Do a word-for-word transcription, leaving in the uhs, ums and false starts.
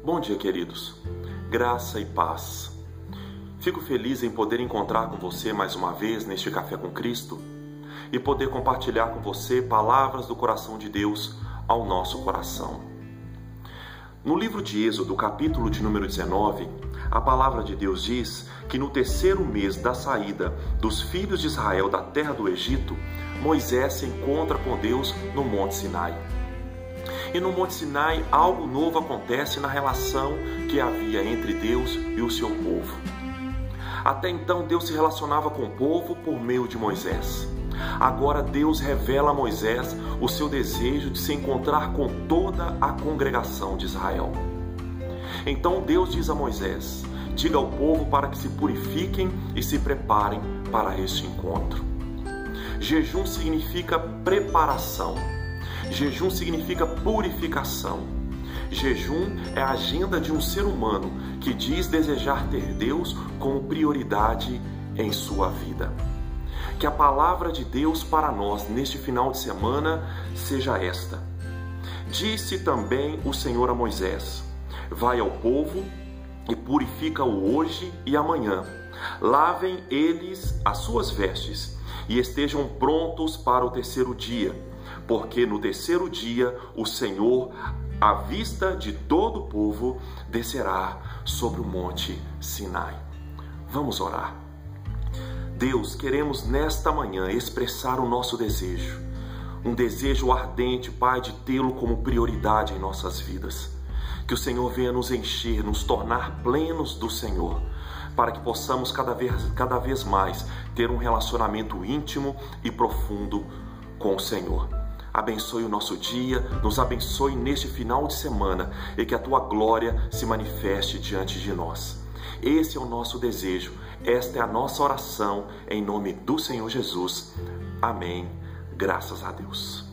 Bom dia, queridos. Graça e paz. Fico feliz em poder encontrar com você mais uma vez neste Café com Cristo e poder compartilhar com você palavras do coração de Deus ao nosso coração. No livro de Êxodo, capítulo de número dezenove, a palavra de Deus diz que no terceiro mês da saída dos filhos de Israel da terra do Egito, Moisés se encontra com Deus no Monte Sinai. E no Monte Sinai, algo novo acontece na relação que havia entre Deus e o seu povo. Até então, Deus se relacionava com o povo por meio de Moisés. Agora, Deus revela a Moisés o seu desejo de se encontrar com toda a congregação de Israel. Então, Deus diz a Moisés: diga ao povo para que se purifiquem e se preparem para este encontro. Jejum significa preparação. Jejum significa purificação. Jejum é a agenda de um ser humano que diz desejar ter Deus como prioridade em sua vida. Que a palavra de Deus para nós neste final de semana seja esta. Disse também o Senhor a Moisés: vai ao povo e purifica-o hoje e amanhã. Lavem eles as suas vestes e estejam prontos para o terceiro dia, porque no terceiro dia o Senhor, à vista de todo o povo, descerá sobre o monte Sinai. Vamos orar. Deus, queremos nesta manhã expressar o nosso desejo, um desejo ardente, Pai, de tê-lo como prioridade em nossas vidas. Que o Senhor venha nos encher, nos tornar plenos do Senhor, para que possamos cada vez, cada vez mais ter um relacionamento íntimo e profundo com o Senhor. Abençoe o nosso dia, nos abençoe neste final de semana e que a Tua glória se manifeste diante de nós. Esse é o nosso desejo, esta é a nossa oração, em nome do Senhor Jesus. Amém. Graças a Deus.